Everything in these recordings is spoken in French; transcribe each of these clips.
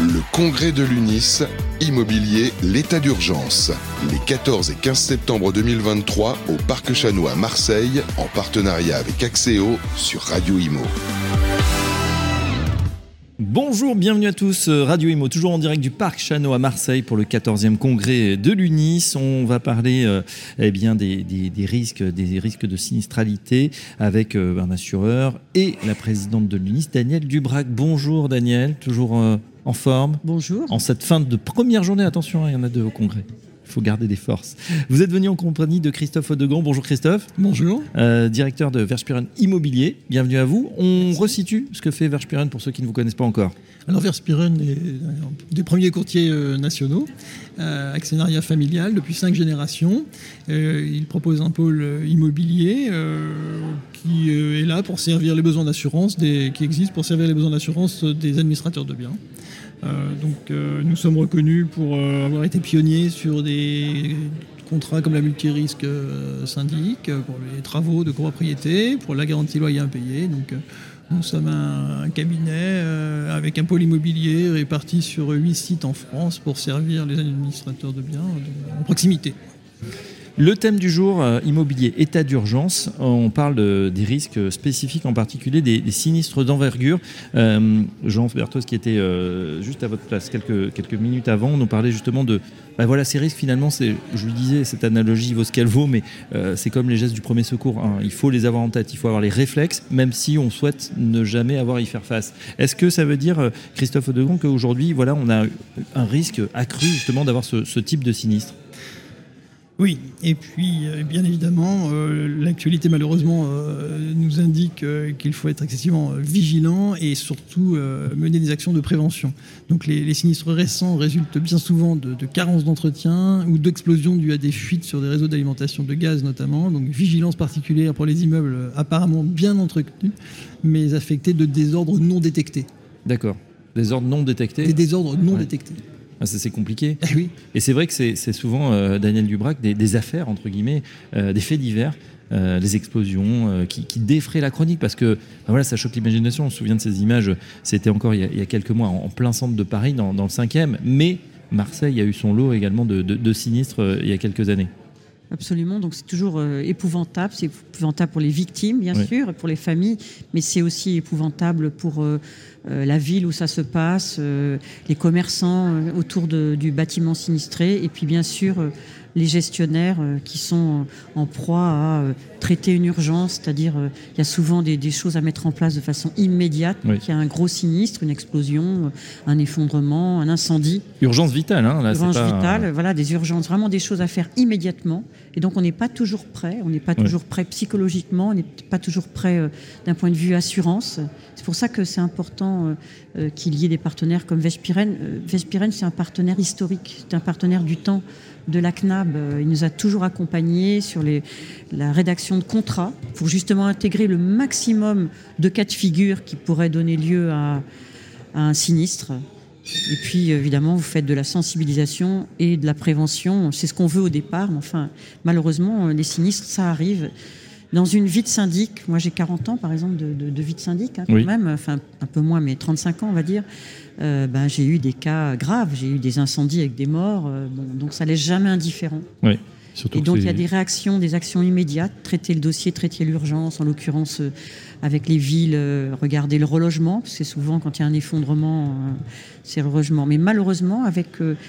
Le congrès de l'UNIS, immobilier, l'état d'urgence. Les 14 et 15 septembre 2023 au Parc Chano à Marseille, en partenariat avec Axéo sur Radio Imo. Bonjour, bienvenue à tous, Radio Imo, toujours en direct du Parc Chano à Marseille pour le 14e congrès de l'UNIS. On va parler des risques de sinistralité avec un assureur et la présidente de l'UNIS, Danielle Dubrac. Bonjour Danielle, toujours en forme. Bonjour. En cette fin de première journée, attention, il y en a deux au congrès. Il faut garder des forces. Vous êtes venu en compagnie de Christophe Audegand. Bonjour Christophe. Bonjour. Directeur de Verschuren Immobilier. Bienvenue à vous. On resitue ce que fait Verschuren pour ceux qui ne vous connaissent pas encore. Alors Verschuren est des premiers courtiers nationaux, actionnariat familial depuis 5 générations. Il propose un pôle immobilier qui est là pour servir les besoins d'assurance, qui existe pour servir les besoins d'assurance des administrateurs de biens. Nous sommes reconnus pour avoir été pionniers sur des contrats comme la multirisque syndic, pour les travaux de copropriété, pour la garantie loyer impayé. Nous sommes un cabinet avec un pôle immobilier réparti sur 8 sites en France pour servir les administrateurs de biens en proximité. Le thème du jour, immobilier, état d'urgence. On parle des risques spécifiques, en particulier des sinistres d'envergure. Jean Berthos, qui était juste à votre place quelques minutes avant, nous parlait justement de ces risques. Finalement, je lui disais, cette analogie vaut ce qu'elle vaut, mais c'est comme les gestes du premier secours. Hein. Il faut les avoir en tête, il faut avoir les réflexes, même si on souhaite ne jamais avoir à y faire face. Est-ce que ça veut dire, Christophe Audegand, qu'aujourd'hui, on a un risque accru justement d'avoir ce type de sinistre ? Oui, et puis bien évidemment, l'actualité malheureusement nous indique qu'il faut être excessivement vigilant et surtout mener des actions de prévention. Donc les sinistres récents résultent bien souvent de carences d'entretien ou d'explosions dues à des fuites sur des réseaux d'alimentation de gaz notamment. Donc vigilance particulière pour les immeubles apparemment bien entretenus, mais affectés de désordres non détectés. D'accord, désordres non détectés. Des désordres non détectés. Ah, c'est compliqué. Oui. Et c'est vrai que c'est souvent, Danielle Dubrac, des affaires, entre guillemets, des faits divers, des explosions qui défraient la chronique parce que ça choque l'imagination. On se souvient de ces images, c'était encore il y a quelques mois en plein centre de Paris, dans le 5e. Mais Marseille a eu son lot également de sinistres il y a quelques années. Absolument, donc c'est toujours épouvantable. C'est épouvantable pour les victimes, bien sûr, et pour les familles, mais c'est aussi épouvantable pour la ville où ça se passe, les commerçants autour du bâtiment sinistré, et puis bien sûr les gestionnaires qui sont en proie à traiter une urgence, c'est-à-dire il y a souvent des choses à mettre en place de façon immédiate. Oui. Il y a un gros sinistre, une explosion, un effondrement, un incendie. Urgence vitale, hein, là, urgence c'est pas... vitale, des urgences, vraiment des choses à faire immédiatement. Et donc on n'est pas toujours prêt, on n'est pas toujours prêt psychologiquement, on n'est pas toujours prêt d'un point de vue assurance. C'est pour ça que c'est important qu'il y ait des partenaires comme Verschuren. Verschuren, c'est un partenaire historique, c'est un partenaire du temps de la CNAB. Il nous a toujours accompagnés sur la rédaction de contrats pour justement intégrer le maximum de cas de figure qui pourraient donner lieu à un sinistre. Et puis évidemment, vous faites de la sensibilisation et de la prévention. C'est ce qu'on veut au départ, mais enfin, malheureusement, les sinistres, ça arrive. Dans une vie de syndic, moi j'ai 40 ans par exemple de vie de syndic, quand même, enfin un peu moins, mais 35 ans on va dire, j'ai eu des cas graves, j'ai eu des incendies avec des morts, donc ça laisse jamais indifférent. Oui. Et donc il y a des réactions, des actions immédiates, traiter le dossier, traiter l'urgence, en l'occurrence avec les villes, regarder le relogement, parce que souvent quand il y a un effondrement, c'est le relogement. Mais malheureusement, avec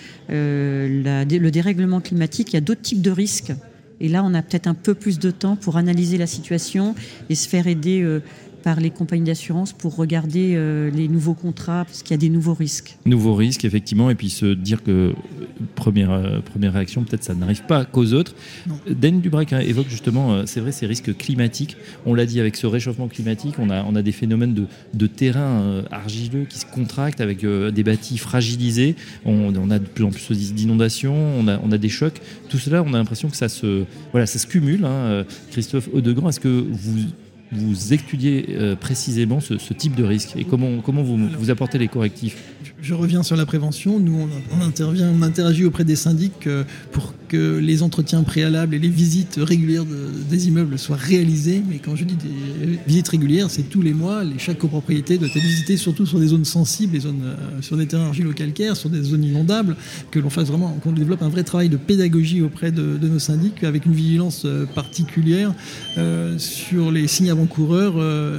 le dérèglement climatique, il y a d'autres types de risques. Et là, on a peut-être un peu plus de temps pour analyser la situation et se faire aider par les compagnies d'assurance pour regarder les nouveaux contrats, parce qu'il y a des nouveaux risques. Nouveaux risques, effectivement, et puis se dire que, première réaction, peut-être ça n'arrive pas qu'aux autres. Danielle Dubrac évoque justement, c'est vrai, ces risques climatiques. On l'a dit, avec ce réchauffement climatique, on a des phénomènes de terrain argileux qui se contractent avec des bâtis fragilisés. On a de plus en plus d'inondations, on a des chocs. Tout cela, on a l'impression que ça se cumule. Hein. Christophe Audegand, est-ce que vous étudiez précisément ce type de risque et comment vous apportez les correctifs? Je reviens sur la prévention. Nous, on interagit auprès des syndics pour que les entretiens préalables et les visites régulières des immeubles soient réalisées. Mais quand je dis des visites régulières, c'est tous les mois. Chaque copropriété doit être visitée, surtout sur des zones sensibles, sur des terrains argilo-calcaires, sur des zones inondables, qu'on développe un vrai travail de pédagogie auprès de nos syndics, avec une vigilance particulière sur les signes avant-coureurs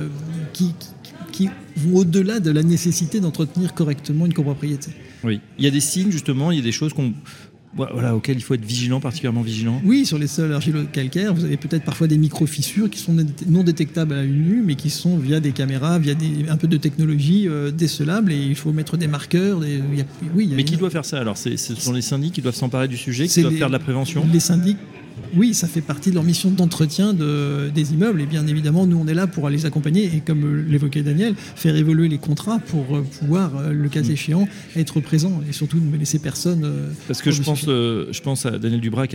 qui vont au-delà de la nécessité d'entretenir correctement une copropriété. Oui, il y a des signes justement, il y a des choses auxquelles il faut être vigilant, particulièrement vigilant. Oui, sur les sols argilo-calcaires, vous avez peut-être parfois des micro-fissures qui sont non détectables à l'œil nu, mais qui sont via des caméras, via un peu de technologie décelables, et il faut mettre des marqueurs. Mais qui doit faire ça alors? Ce sont les syndics qui doivent s'emparer du sujet, qui doivent faire de la prévention? Les syndics. Oui, ça fait partie de leur mission d'entretien des immeubles. Et bien évidemment, nous, on est là pour les accompagner et, comme l'évoquait Daniel, faire évoluer les contrats pour pouvoir, le cas échéant, être présent et surtout ne laisser personne. Parce que je pense à Daniel Dubrac,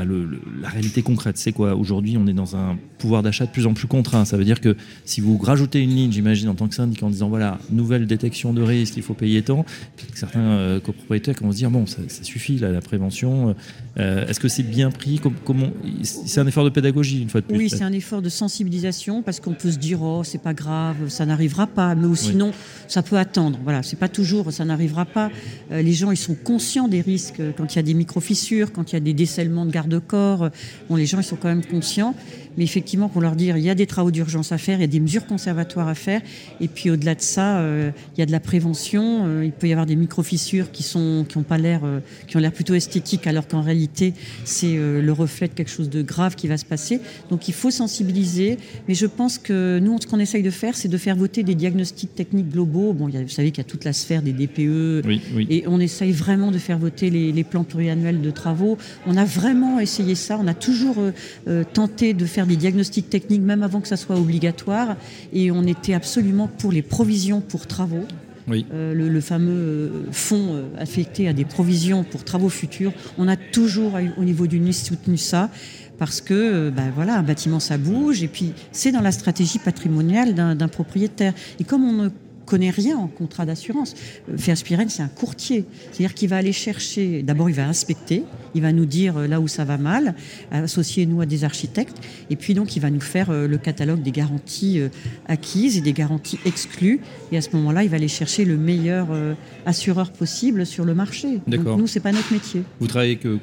la réalité concrète. C'est quoi? Aujourd'hui, on est dans un pouvoir d'achat de plus en plus contraint. Ça veut dire que si vous rajoutez une ligne, j'imagine, en tant que syndic, en disant voilà, nouvelle détection de risque, il faut payer tant, certains copropriétaires vont se dire bon, ça suffit, la prévention. Est-ce que c'est bien pris? C'est un effort de pédagogie, une fois de plus. Oui, c'est un effort de sensibilisation, parce qu'on peut se dire oh, c'est pas grave, ça n'arrivera pas, mais sinon ça peut attendre. Voilà, c'est pas toujours ça n'arrivera pas. Les gens, ils sont conscients des risques quand il y a des micro-fissures, quand il y a des décellements de garde-corps. Les gens, ils sont quand même conscients. Mais effectivement, pour leur dire, il y a des travaux d'urgence à faire, il y a des mesures conservatoires à faire. Et puis au-delà de ça, il y a de la prévention. Il peut y avoir des micro-fissures qui ont l'air plutôt esthétiques, alors qu'en réalité, c'est le reflet de quelque chose de grave qui va se passer. Donc il faut sensibiliser. Mais je pense que nous, ce qu'on essaye de faire, c'est de faire voter des diagnostics techniques globaux. Bon, vous savez qu'il y a toute la sphère des DPE. Oui. Et on essaye vraiment de faire voter les plans pluriannuels de travaux. On a vraiment essayé ça. On a toujours tenté de faire des diagnostics techniques, même avant que ça soit obligatoire. Et on était absolument pour les provisions pour travaux. Oui. Le fameux fonds affecté à des provisions pour travaux futurs. On a toujours, au niveau du NIS, soutenu ça. Parce que un bâtiment, ça bouge. Et puis, c'est dans la stratégie patrimoniale d'un propriétaire. Et comme on ne connaît rien en contrat d'assurance. Fair Spiren, c'est un courtier. C'est-à-dire qu'il va aller chercher, d'abord il va inspecter, il va nous dire là où ça va mal, associer nous à des architectes, et puis donc il va nous faire le catalogue des garanties acquises et des garanties exclues, et à ce moment-là, il va aller chercher le meilleur assureur possible sur le marché. D'accord. Donc nous, c'est pas notre métier. Vous travaillez avec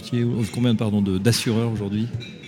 d'assureurs aujourd'hui?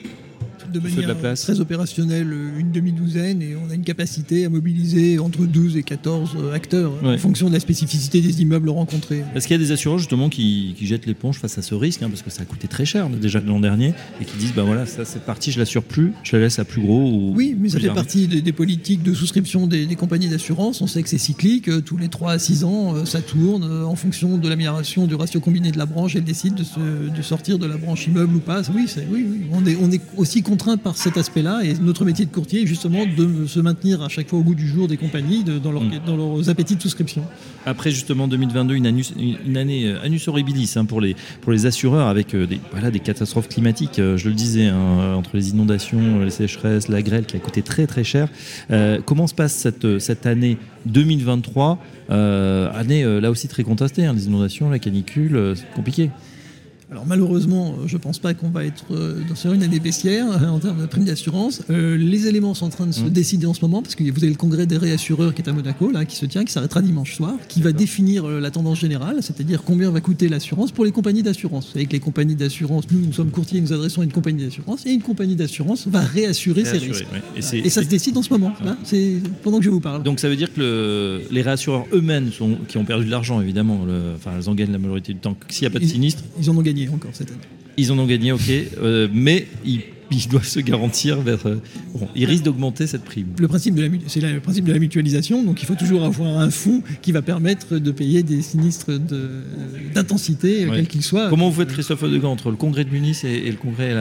De manière très opérationnelle, une demi-douzaine, et on a une capacité à mobiliser entre 12 et 14 acteurs en fonction de la spécificité des immeubles rencontrés. Est-ce qu'il y a des assureurs justement qui jettent l'éponge face à ce risque, parce que ça a coûté très cher déjà l'an dernier, et qui disent ça, cette partie je l'assure plus, je la laisse à plus gros Oui, mais ça fait partie des politiques de souscription des compagnies d'assurance. On sait que c'est cyclique, tous les 3 à 6 ans ça tourne en fonction de l'amélioration du ratio combiné de la branche. Elle décide de sortir de la branche immeuble ou pas. Oui, on est aussi contraint par cet aspect-là, et notre métier de courtier est justement de se maintenir à chaque fois au goût du jour des compagnies dans leurs appétits de souscription. Après justement 2022, une année annus horribilis pour les assureurs, avec des catastrophes climatiques, je le disais, entre les inondations, les sécheresses, la grêle qui a coûté très très cher. Comment se passe cette année 2023, année là aussi très contestée, les inondations, la canicule, c'est compliqué. Alors malheureusement, je ne pense pas qu'on va être sur une année baissière en termes de prime d'assurance. Les éléments sont en train de se décider en ce moment, parce que vous avez le congrès des réassureurs qui est à Monaco, là, qui s'arrêtera dimanche soir, qui va définir la tendance générale, c'est-à-dire combien va coûter l'assurance pour les compagnies d'assurance. Vous savez que les compagnies d'assurance, nous sommes courtiers, nous adressons à une compagnie d'assurance, et une compagnie d'assurance va réassurer ses risques. Ouais. Et ça se décide en ce moment, là, c'est pendant que je vous parle. Donc ça veut dire que les réassureurs eux-mêmes, qui ont perdu de l'argent évidemment, ils en gagnent la majorité du temps, s'il n'y a pas de sinistre. Ils en ont gagné encore cette année. Ils en ont gagné, ok, mais ils doivent se garantir ils risquent d'augmenter cette prime. C'est le principe de la mutualisation, donc il faut toujours avoir un fonds qui va permettre de payer des sinistres d'intensité, quels qu'ils soient. Comment vous faites, Christophe Odegan, entre le congrès de Munis et le congrès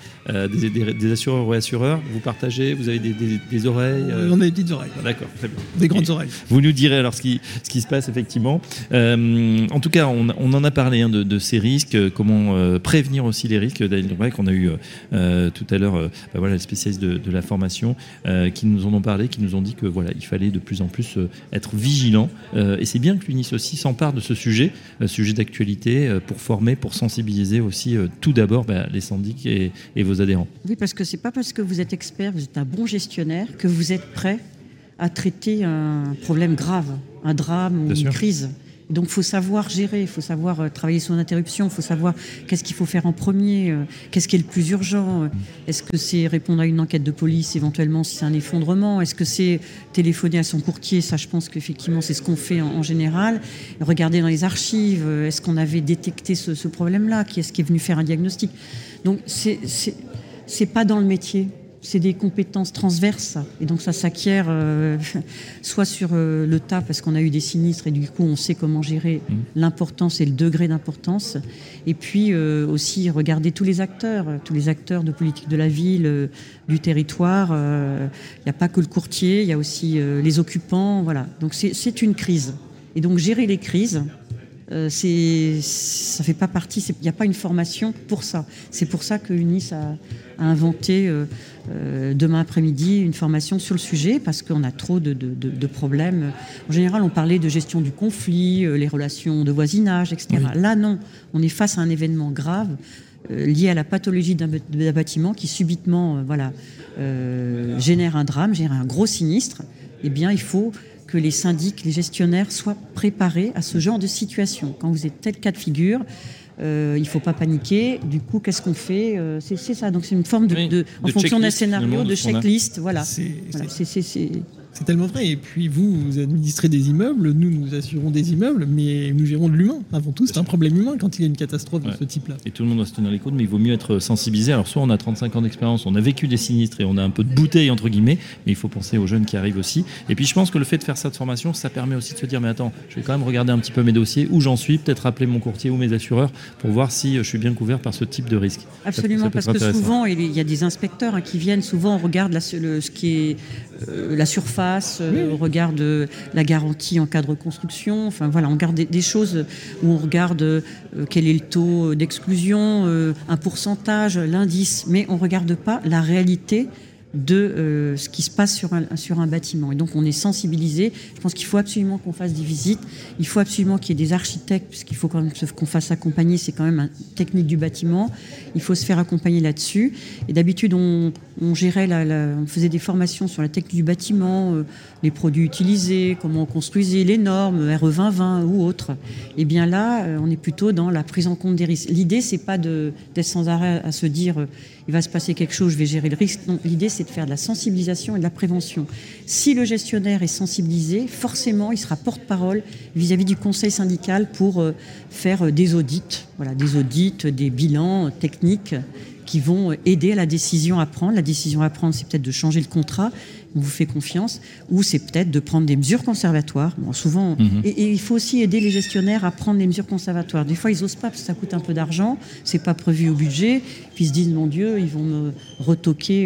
des assureurs ou réassureurs? Vous partagez, vous avez des oreilles On a des petites oreilles. D'accord, très bien. Des grandes oreilles. Vous nous direz alors ce qui se passe effectivement. En tout cas, on en a parlé de ces risques, comment prévenir aussi les risques. Daniel Dubrac, on a eu tout tout à l'heure les spécialistes de la formation qui nous en ont parlé, qui nous ont dit que il fallait de plus en plus être vigilant. Et c'est bien que l'UNIS aussi s'empare de ce sujet d'actualité, pour former, pour sensibiliser aussi tout d'abord les syndics et vos adhérents. Oui, parce que c'est pas parce que vous êtes expert, vous êtes un bon gestionnaire, que vous êtes prêt à traiter un problème grave, un drame ou une crise. Donc il faut savoir gérer, il faut savoir travailler son interruption, il faut savoir qu'est-ce qu'il faut faire en premier, qu'est-ce qui est le plus urgent. Est-ce que c'est répondre à une enquête de police éventuellement si c'est un effondrement? Est-ce que c'est téléphoner à son courtier? Ça, je pense qu'effectivement, c'est ce qu'on fait en général. Regarder dans les archives, est-ce qu'on avait détecté ce problème-là? Qui est-ce qui est venu faire un diagnostic? Donc c'est pas dans le métier. C'est des compétences transverses et donc ça s'acquiert soit sur le tas parce qu'on a eu des sinistres et du coup on sait comment gérer l'importance et le degré d'importance, et puis aussi regarder tous les acteurs de politique de la ville, du territoire. Il n'y a pas que le courtier, il y a aussi les occupants, voilà. Donc c'est une crise et donc gérer les crises, ça fait pas partie, il n'y a pas une formation pour ça. C'est pour ça que UNIS a inventé demain après-midi une formation sur le sujet, parce qu'on a trop de problèmes. En général, on parlait de gestion du conflit, les relations de voisinage, etc. Oui. Là, non, on est face à un événement grave lié à la pathologie d'un bâtiment qui subitement génère un drame, génère un gros sinistre. Eh bien, il faut que les syndics, les gestionnaires soient préparés à ce genre de situation. Quand vous êtes tel cas de figure, il ne faut pas paniquer. Du coup, qu'est-ce qu'on fait? C'est ça. Donc, c'est une forme en fonction d'un scénario, de checklist. Voilà. C'est tellement vrai. Et puis, vous administrez des immeubles, nous assurons des immeubles, mais nous gérons de l'humain. Avant tout, c'est un problème humain quand il y a une catastrophe de ce type-là. Et tout le monde doit se tenir les côtes, mais il vaut mieux être sensibilisé. Alors, soit on a 35 ans d'expérience, on a vécu des sinistres et on a un peu de bouteille, entre guillemets, mais il faut penser aux jeunes qui arrivent aussi. Et puis, je pense que le fait de faire ça de formation, ça permet aussi de se dire, mais attends, je vais quand même regarder un petit peu mes dossiers, où j'en suis, peut-être appeler mon courtier ou mes assureurs pour voir si je suis bien couvert par ce type de risque. Absolument, parce que souvent, il y a des inspecteurs qui viennent, souvent on regarde ce qui est la surface, on regarde la garantie en cas de reconstruction, enfin voilà, on regarde des choses où on regarde quel est le taux d'exclusion, un pourcentage, l'indice, mais on ne regarde pas la réalité de ce qui se passe sur un bâtiment. Et donc on est sensibilisé. Je pense qu'il faut absolument qu'on fasse des visites, il faut absolument qu'il y ait des architectes, puisqu'il faut quand même qu'on fasse accompagner, c'est quand même une technique du bâtiment, il faut se faire accompagner là-dessus. Et d'habitude on gérait on faisait des formations sur la technique du bâtiment, les produits utilisés, comment on construisait, les normes RE 2020 ou autres. Et bien là on est plutôt dans la prise en compte des risques. L'idée c'est pas d'être sans arrêt à se dire il va se passer quelque chose, je vais gérer le risque. Non, l'idée c'est de faire de la sensibilisation et de la prévention. Si le gestionnaire est sensibilisé, forcément il sera porte-parole vis-à-vis du conseil syndical pour faire des audits, des bilans techniques qui vont aider à la décision à prendre. La décision à prendre, c'est peut-être de changer le contrat, on vous fait confiance, ou c'est peut-être de prendre des mesures conservatoires. Bon, souvent, et il faut aussi aider les gestionnaires à prendre des mesures conservatoires. Des fois, ils n'osent pas parce que ça coûte un peu d'argent, c'est pas prévu au budget, puis ils se disent, mon Dieu, ils vont me retoquer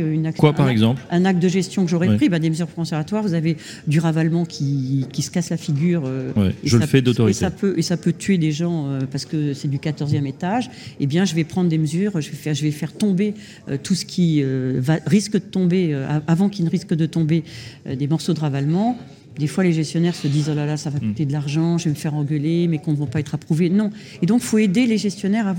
un acte de gestion que j'aurais pris. Des mesures conservatoires, vous avez du ravalement qui se casse la figure. Je le fais d'autorité. Et ça peut tuer des gens parce que c'est du 14e étage. Eh bien, je vais prendre des mesures, je vais faire tomber tout ce qui risque de tomber avant qu'il ne risque de tomber des morceaux de ravalement. Des fois, les gestionnaires se disent « Oh là là, ça va coûter de l'argent, je vais me faire engueuler, mes comptes ne vont pas être approuvés. » Non. Et donc, il faut aider les gestionnaires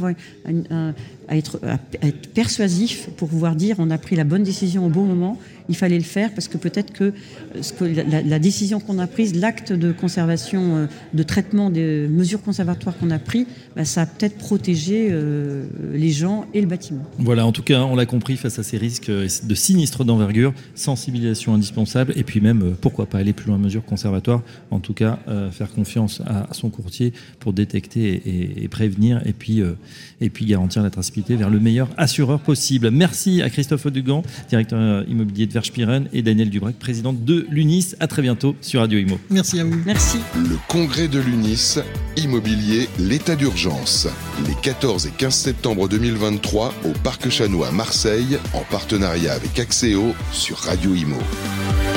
à être persuasifs pour pouvoir dire « On a pris la bonne décision au bon moment, il fallait le faire parce que peut-être que la décision qu'on a prise, l'acte de conservation, de traitement des mesures conservatoires qu'on a pris, ça a peut-être protégé les gens et le bâtiment. » Voilà, en tout cas, on l'a compris, face à ces risques de sinistres d'envergure, sensibilisation indispensable et puis même, pourquoi pas aller plus loin, mesures conservatoires, en tout cas, faire confiance à son courtier pour détecter et prévenir et puis garantir la traçabilité vers le meilleur assureur possible. Merci à Christophe Audugan, directeur immobilier de Verspieren, et Danielle Dubrec, présidente de l'UNIS. À très bientôt sur Radio Imo. Merci à vous. Merci. Le congrès de l'UNIS, immobilier, l'état d'urgence. Les 14 et 15 septembre 2023 au Parc Chanois à Marseille, en partenariat avec Axéo sur Radio Imo.